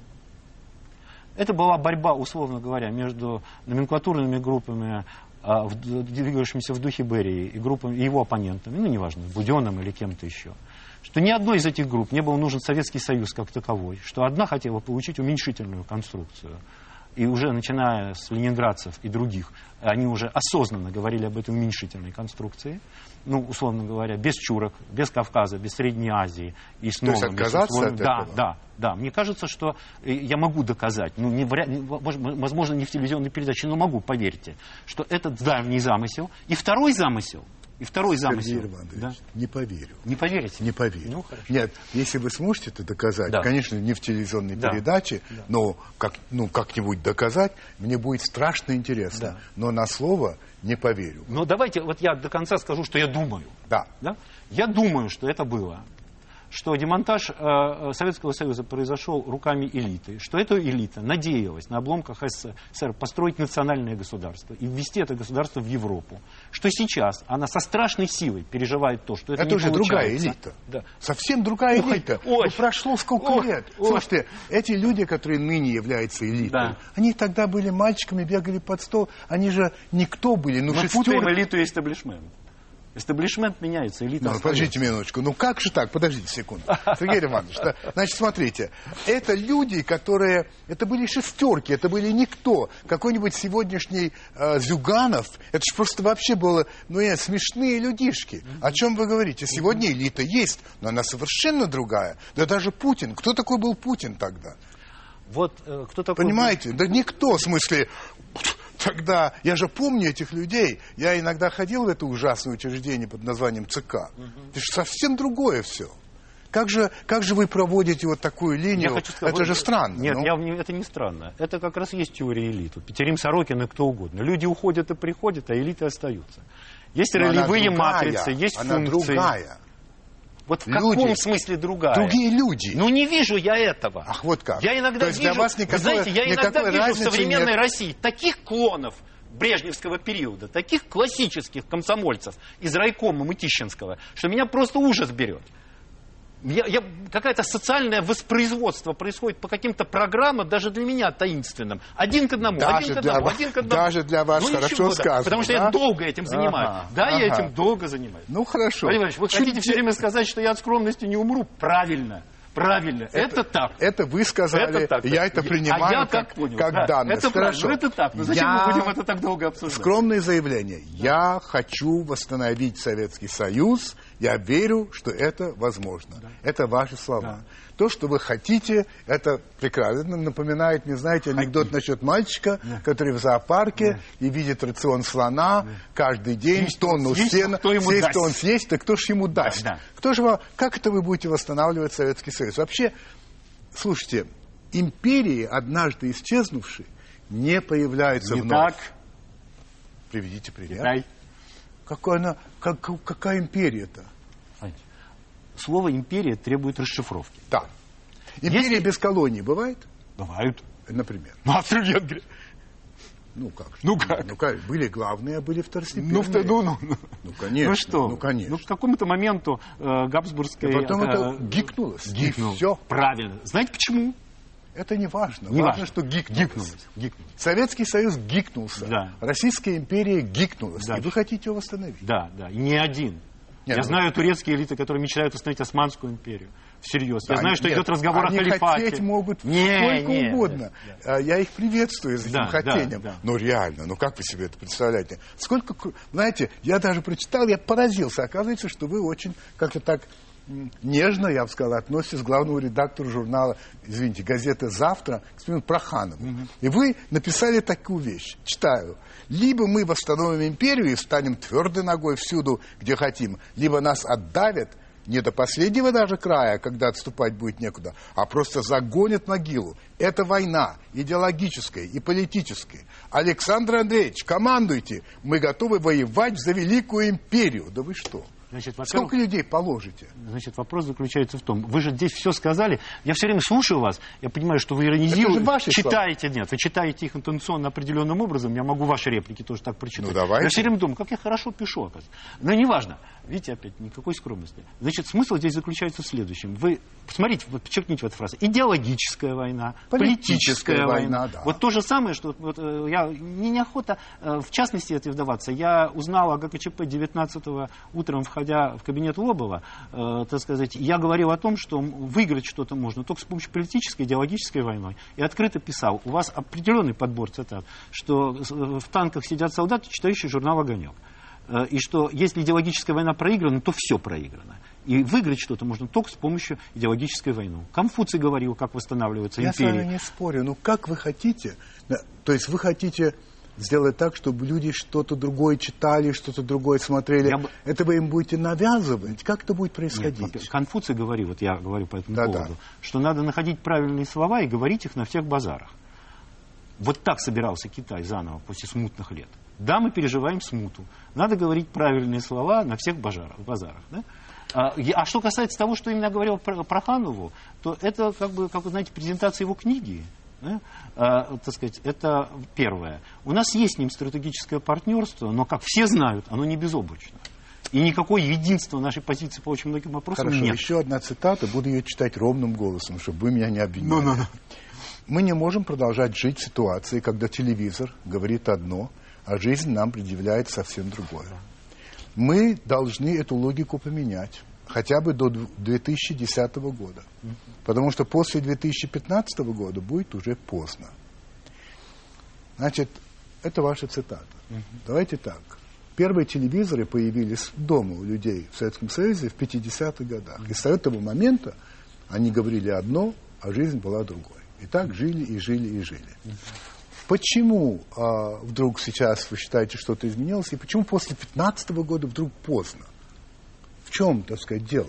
Это была борьба, условно говоря, между номенклатурными группами, двигающимися в духе Берии, и группами, и его оппонентами, ну, неважно, Буденным или кем-то еще. Что ни одной из этих групп не был нужен Советский Союз как таковой, что одна хотела получить уменьшительную конструкцию. И уже начиная с ленинградцев и других, они уже осознанно говорили об этой уменьшительной конструкции. Ну, условно говоря, без Чурок, без Кавказа, без Средней Азии. И с новым, то есть отказаться от этого? Да. Мне кажется, что я могу доказать, ну, возможно, не в телевизионной передаче, но могу, поверьте, что этот давний замысел. И второй замысел. Сергей Иванович, да? не поверю. Не поверите? Не поверю. Ну, хорошо. Нет, если вы сможете это доказать, да. конечно, не в телевизионной да. передаче, да. но как-нибудь доказать, мне будет страшно интересно. Да. Но на слово не поверю. Но давайте, вот я до конца скажу, что я думаю. Да. Я думаю, что это было. Что демонтаж Советского Союза произошел руками элиты, что эта элита надеялась на обломках СССР построить национальное государство и ввести это государство в Европу, что сейчас она со страшной силой переживает то, что это не уже получается. другая элита. Да. Совсем другая элита. Прошло сколько лет. Слушайте, эти люди, которые ныне являются элитой, да. они тогда были мальчиками, бегали под стол, они же никто были. Мы путаем элиту и эстаблишмент. Эстаблишмент меняется, элита остается. Подождите минуточку, как же так? Подождите секунду. Сергей Иванович, значит, смотрите, это люди, которые, это были шестерки, это были никто. Какой-нибудь сегодняшний Зюганов, это же просто вообще было, смешные людишки. О чем вы говорите? Сегодня элита есть, но она совершенно другая. Да даже Путин. Кто такой был Путин тогда? Вот кто такой... Понимаете? Да никто, в смысле... Тогда, я же помню этих людей, я иногда ходил в это ужасное учреждение под названием ЦК. Это же совсем другое все. Как же вы проводите вот такую линию? Это же странно. Нет, это не странно. Это как раз есть теория элит. Петерим Сорокин и кто угодно. Люди уходят и приходят, а элиты остаются. Есть ролевые матрицы, есть функции. Она другая. Вот в каком смысле другая? Другие люди. Ну не вижу я этого. Ах, вот как. Я иногда вижу, для вас вы знаете, я иногда вижу в современной России таких клонов брежневского периода, таких классических комсомольцев из райкома Мытищинского, что меня просто ужас берет. Какое-то социальное воспроизводство происходит по каким-то программам, даже для меня таинственным. Один к одному. Даже для вас хорошо сказано. Потому что я долго этим занимаюсь. Я этим долго занимаюсь. Ну, хорошо. Владимир Ильич, вы хотите все время сказать, что я от скромности не умру? Правильно. Это так. Это вы сказали, я это принимаю как данность. Хорошо. Это так. Но зачем мы будем это так долго обсуждать? Скромное заявление. Я хочу восстановить Советский Союз. Я верю, что это возможно. Да. Это ваши слова. Да. То, что вы хотите, это прекрасно. Напоминает, не знаете, анекдот насчет мальчика, который в зоопарке и видит рацион слона каждый день, тонну сена. Съесть, то он съесть, так кто же ему даст? Кто же как это вы будете восстанавливать Советский Союз? Вообще, слушайте, империи, однажды исчезнувшие, не появляются вновь. Так. Приведите пример. Китай. Какая империя-то? Слово «империя» требует расшифровки. Да. Империя без колоний бывает? Бывают. Например? Австро-Венгрия. Как? Были главные, а были второстепенные. Конечно. Ну что? Конечно. К какому-то моменту Габсбургская... А потом это гикнулось. Все. Правильно. Знаете почему? Это не важно. Важно, что гикнулось. Советский Союз гикнулся. Да. Российская империя гикнулась. Да. И вы хотите его восстановить. Да. И не один. Я знаю турецкие элиты, которые мечтают установить Османскую империю. Всерьез. Я знаю, что идет разговор о халифате. Хотеть могут сколько угодно. Я их приветствую за этим хотением. Но реально, как вы себе это представляете? Знаете, я даже прочитал, я поразился. Оказывается, что вы очень как-то так нежно, я бы сказал, относитесь к главному редактору журнала, газеты «Завтра», господину Проханову. И вы написали такую вещь. Читаю. Либо мы восстановим империю и встанем твердой ногой всюду, где хотим, либо нас отдавят, Не до последнего даже края, когда отступать будет некуда, а просто загонят в могилу. Это война идеологическая и политическая. Александр Андреевич, командуйте. Мы готовы воевать за великую империю. Да вы что? Значит, сколько людей положите? Значит, вопрос заключается в том, вы же здесь все сказали, я все время слушаю вас, я понимаю, что вы иронизируете, читаете, нет, вы читаете их интонационно определенным образом, я могу ваши реплики тоже так прочитать. Ну, давайте. Я все время думаю, как я хорошо пишу, оказывается. Но неважно, видите, опять, никакой скромности. Значит, смысл здесь заключается в следующем. Вы, посмотрите, вот подчеркните в эту фразу, идеологическая война, политическая война. Да. Вот то же самое, что вот, я неохота в частности это вдаваться. Я узнал о ГКЧП 19-го утром, входя в кабинет Лобова, так сказать, я говорил о том, что выиграть что-то можно только с помощью политической, идеологической войны. И открыто писал, у вас определенный подбор цитат, что в танках сидят солдаты, читающие журнал «Огонек». И что если идеологическая война проиграна, то все проиграно. И выиграть что-то можно только с помощью идеологической войны. Конфуций говорил, как восстанавливаются империи. Я с вами не спорю, но как вы хотите, то есть вы хотите сделать так, чтобы люди что-то другое читали, что-то другое смотрели. Это вы им будете навязывать? Как это будет происходить? Нет, Конфуций говорил, вот я говорю по этому поводу, что надо находить правильные слова и говорить их на всех базарах. Вот так собирался Китай заново после смутных лет. Да, мы переживаем смуту. Надо говорить правильные слова на всех базарах. Да? А что касается того, что именно говорил Проханову, то это, как вы знаете, презентация его книги. Да? Так сказать, это первое. У нас есть с ним стратегическое партнерство, но, как все знают, оно не безоблачно. И никакого единства нашей позиции по очень многим вопросам нет. Хорошо, еще одна цитата, буду ее читать ровным голосом, чтобы вы меня не обвиняли. Мы не можем продолжать жить в ситуации, когда телевизор говорит одно, а жизнь нам предъявляет совсем другое. Мы должны эту логику поменять. Хотя бы до 2010 года. Потому что после 2015 года будет уже поздно. Значит, это ваша цитата. Давайте так. Первые телевизоры появились дома у людей в Советском Союзе в 50-х годах. И с этого момента они говорили одно, а жизнь была другой. И так жили, и жили, и жили. Почему вдруг сейчас вы считаете, что-то изменилось? И почему после 2015 года вдруг поздно? В чем, так сказать, дело?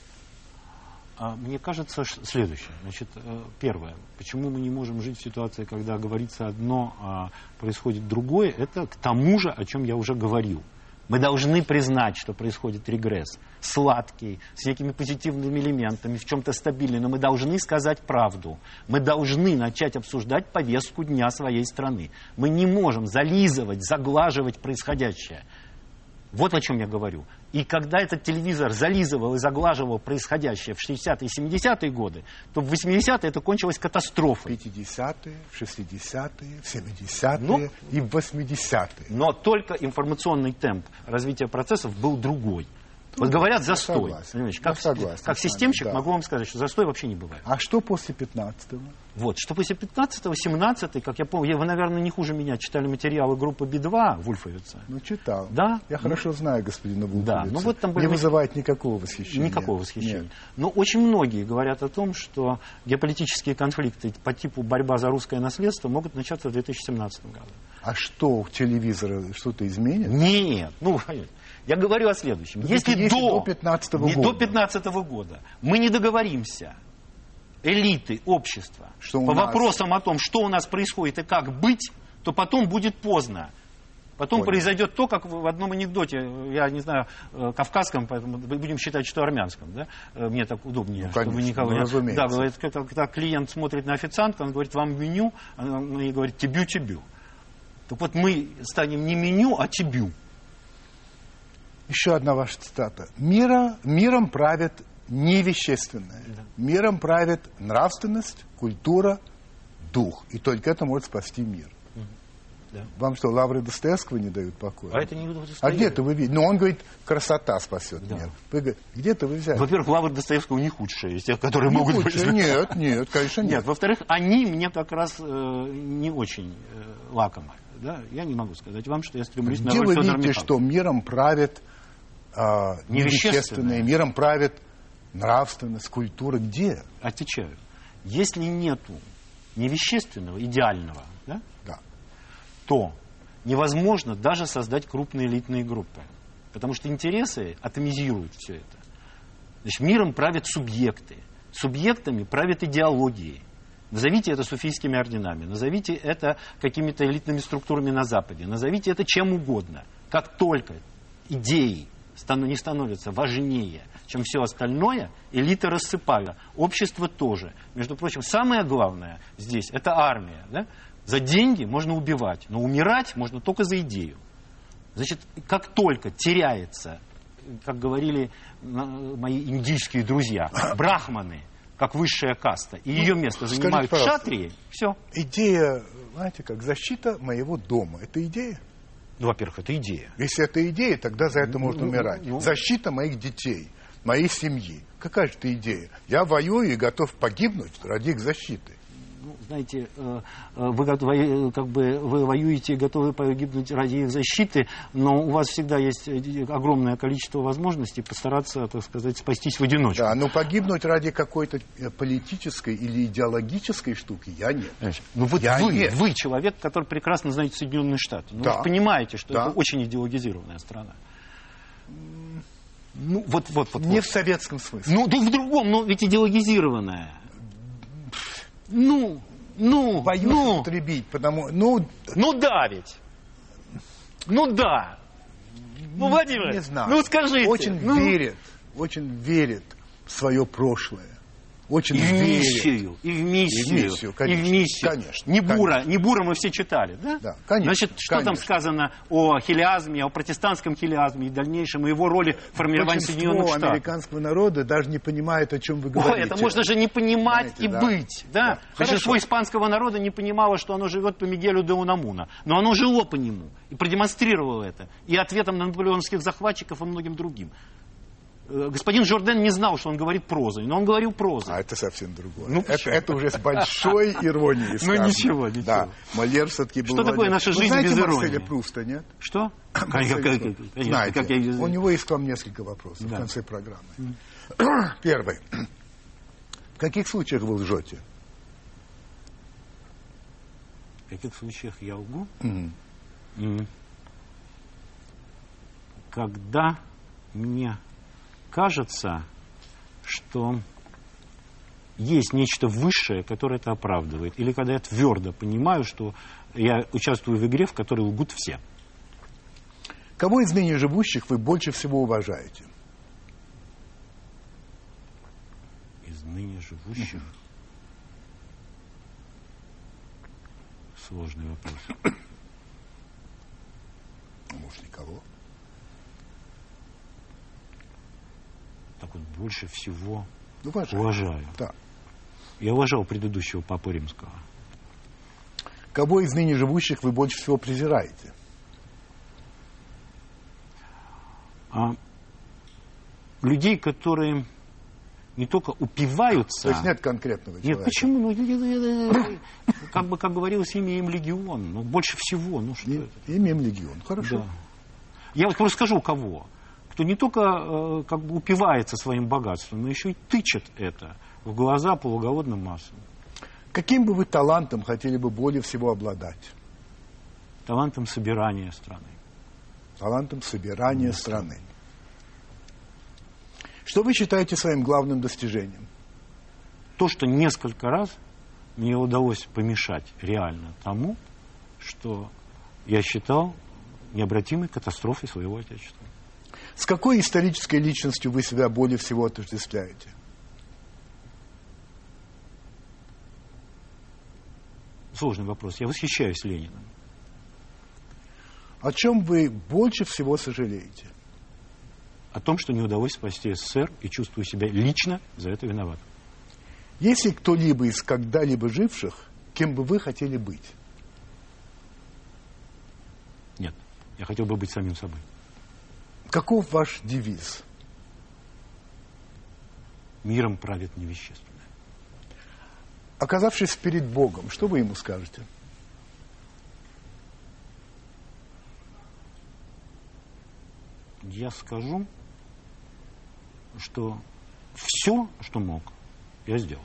Мне кажется, следующее. Значит, первое. Почему мы не можем жить в ситуации, когда говорится одно, а происходит другое? Это к тому же, о чем я уже говорил. Мы должны признать, что происходит регресс. Сладкий, с некими позитивными элементами, в чем-то стабильный. Но мы должны сказать правду. Мы должны начать обсуждать повестку дня своей страны. Мы не можем зализывать, заглаживать происходящее. Вот о чем я говорю. И когда этот телевизор зализывал и заглаживал происходящее в 60-е и 70-е годы, то в 80-е это кончилось катастрофой. В 50-е, в 60-е, в 70-е и в 80-е. Но только информационный темп развития процессов был другой. Вот говорят застой. Как системщик могу вам сказать, что застой вообще не бывает. А что после 15-го? Вот, что после 15-го, 17-й, как я помню, вы, наверное, не хуже меня читали материалы группы Би-2 Вульфовица. Ну, читал. Да? Я хорошо знаю господина Вульфовица. Да, ну вот там были... Не вызывает никакого восхищения. Никакого восхищения. Нет. Но очень многие говорят о том, что геополитические конфликты по типу борьба за русское наследство могут начаться в 2017 году. А что, у телевизора что-то изменит? Нет, я говорю о следующем. Если до 15 года мы не договоримся, элиты, общества, по вопросам о том, что у нас происходит и как быть, то потом будет поздно. Потом произойдет то, как в одном анекдоте, я не знаю, кавказском, поэтому будем считать, что армянском, да? Мне так удобнее, конечно, чтобы никого не... разумеется. Да, говорит, когда клиент смотрит на официантку, он говорит, вам меню, она ей говорит, тебю. Так вот мы станем не меню, а тебю. Еще одна ваша цитата. Миром правит не вещественное. Да. Миром правит нравственность, культура, дух. И только это может спасти мир. Да. Вам что, лавры Достоевского не дают покоя? А это не Достоевский. А где-то вы видите? Ну, он говорит, красота спасет мир. Вы говорите, где-то вы взяли? Во-первых, лавры Достоевского не худшие из тех, которые могут быть. Нет, конечно нет. Нет, во-вторых, они мне как раз не очень лакомы. Да? Я не могу сказать вам, что я стремлюсь на роль Федора Михайловича. Где вы видите, что миром правит невещественное, миром правит нравственность, культура? Где? Отвечаю. Если нету невещественного, идеального, да? Да. То невозможно даже создать крупные элитные группы. Потому что интересы атомизируют все это. Значит, миром правят субъекты. Субъектами правят идеологии. Назовите это суфийскими орденами, назовите это какими-то элитными структурами на Западе, назовите это чем угодно. Как только идеи не становятся важнее, чем все остальное, элиты рассыпают. Общество тоже. Между прочим, самое главное здесь – это армия. Да? За деньги можно убивать, но умирать можно только за идею. Значит, как только теряется, как говорили мои индийские друзья, брахманы, как высшая каста, и ее место занимают кшатрии, все. Идея, знаете, как защита моего дома. Это идея? Ну, во-первых, это идея. Если это идея, тогда за это можно умирать. Защита моих детей, моей семьи. Какая же это идея? Я воюю и готов погибнуть ради их защиты. Ну, знаете, вы воюете и готовы погибнуть ради их защиты, но у вас всегда есть огромное количество возможностей постараться, так сказать, спастись в одиночку. Да, но погибнуть ради какой-то политической или идеологической штуки я нет. Ну вот вы человек, который прекрасно знаете Соединенные Штаты. Ну, да. Вы понимаете, что да. это очень идеологизированная страна. Ну, вот. Не в советском смысле. Ну, да в другом, но ведь идеологизированная. Боюсь употребить, потому... да ведь. Ну да. Ну, Владимир, не знаю. Ну скажите. Очень верит в свое прошлое. Очень и в верит. миссию, конечно. Не Бура мы все читали, да? Да, конечно. Значит, что там сказано о хилиазме, о протестантском хилиазме и дальнейшем, и его роли в формировании Соединенных Штатов? Американского народа даже не понимает, о чем вы говорите. Это можно же не понимать. Знаете, и быть, да? Большинство Хорошо. испанского народа не понимало, что оно живет по Мигелю де Унамуна. Но оно жило по нему и продемонстрировало это. И ответом на наполеоновских захватчиков и многим другим. Господин Жорден не знал, что он говорит прозой, но он говорил прозой. А это совсем другое. Это уже с большой иронией сказано. Ну ничего. Да. Мольер все-таки был... Что такое наша жизнь без иронии? Марселя Пруста, нет? Что? Знаете, у него есть к вам несколько вопросов в конце программы. Первый. В каких случаях вы лжете? В каких случаях я лгу? Когда мне кажется, что есть нечто высшее, которое это оправдывает. Или когда я твердо понимаю, что я участвую в игре, в которой лгут все. Кого из ныне живущих вы больше всего уважаете? Из ныне живущих? Сложный вопрос. Может, никого? Так вот, больше всего уважаю. Да. Я уважал предыдущего папу римского. Кого из ныне живущих вы больше всего презираете? Людей, которые не только упиваются... То есть нет конкретного человека? Нет, почему? Как говорилось, имя им легион. Но больше всего. Что это? Имя им легион. Хорошо. Да. Я вот просто скажу, кого. Кто не только упивается своим богатством, но еще и тычет это в глаза полуголодным массам. Каким бы вы талантом хотели бы более всего обладать? Талантом собирания страны. Талантом собирания страны. Что вы считаете своим главным достижением? То, что несколько раз мне удалось помешать реально тому, что я считал необратимой катастрофой своего Отечества. С какой исторической личностью вы себя более всего отождествляете? Сложный вопрос. Я восхищаюсь Лениным. О чем вы больше всего сожалеете? О том, что не удалось спасти СССР, и чувствую себя лично за это виноватым. Есть ли кто-либо из когда-либо живших, кем бы вы хотели быть? Нет. Я хотел бы быть самим собой. Каков ваш девиз? Миром правит невещественное. Оказавшись перед Богом, что вы ему скажете? Я скажу, что все, что мог, я сделал.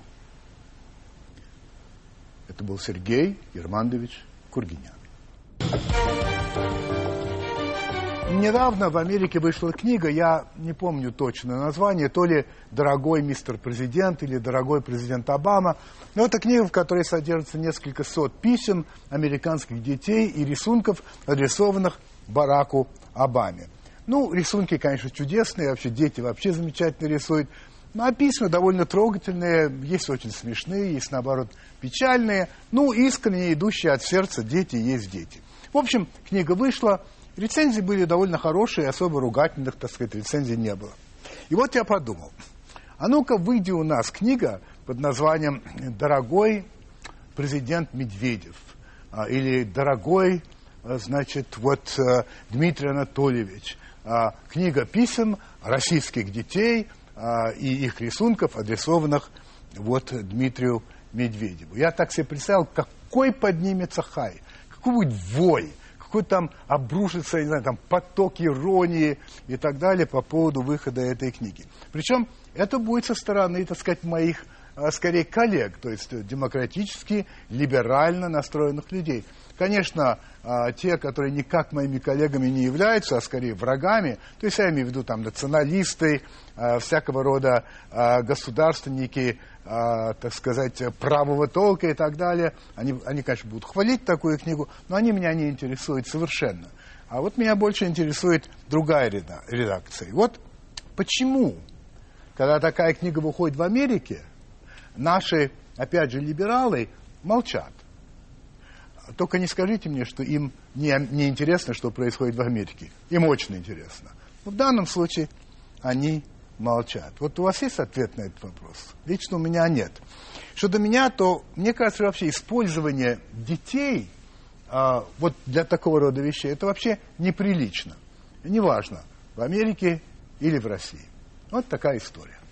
Это был Сергей Ермандович Кургинян. Недавно в Америке вышла книга, я не помню точное название, то ли «Дорогой мистер президент» или «Дорогой президент Обама». Но это книга, в которой содержится несколько сот писем американских детей и рисунков, адресованных Бараку Обаме. Ну, рисунки, конечно, чудесные, вообще дети вообще замечательно рисуют. Ну, а письма довольно трогательные, есть очень смешные, есть, наоборот, печальные. Ну, искренне идущие от сердца дети есть дети. В общем, книга вышла. Рецензии были довольно хорошие, особо ругательных, так сказать, рецензий не было. И вот я подумал, а ну-ка выйди у нас книга под названием «Дорогой президент Медведев» или «Дорогой, значит, вот Дмитрий Анатольевич». Книга писем российских детей и их рисунков, адресованных вот Дмитрию Медведеву. Я так себе представил, какой поднимется хай, какой будет вой, какой там обрушится, не знаю, там поток иронии и так далее по поводу выхода этой книги. Причем это будет со стороны, так сказать, моих, скорее, коллег, то есть демократически, либерально настроенных людей. Конечно, те, которые никак моими коллегами не являются, а скорее врагами, то есть я имею в виду там националисты, всякого рода государственники, так сказать, правого толка и так далее, они, конечно, будут хвалить такую книгу, но они меня не интересуют совершенно. А вот меня больше интересует другая редакция. И вот почему, когда такая книга выходит в Америке, наши, опять же, либералы молчат. Только не скажите мне, что им не интересно, что происходит в Америке. Им очень интересно. Но в данном случае они молчат. Вот у вас есть ответ на этот вопрос? Лично у меня нет. Что до меня, то мне кажется, вообще использование детей вот для такого рода вещей, это вообще неприлично. Неважно, в Америке или в России. Вот такая история.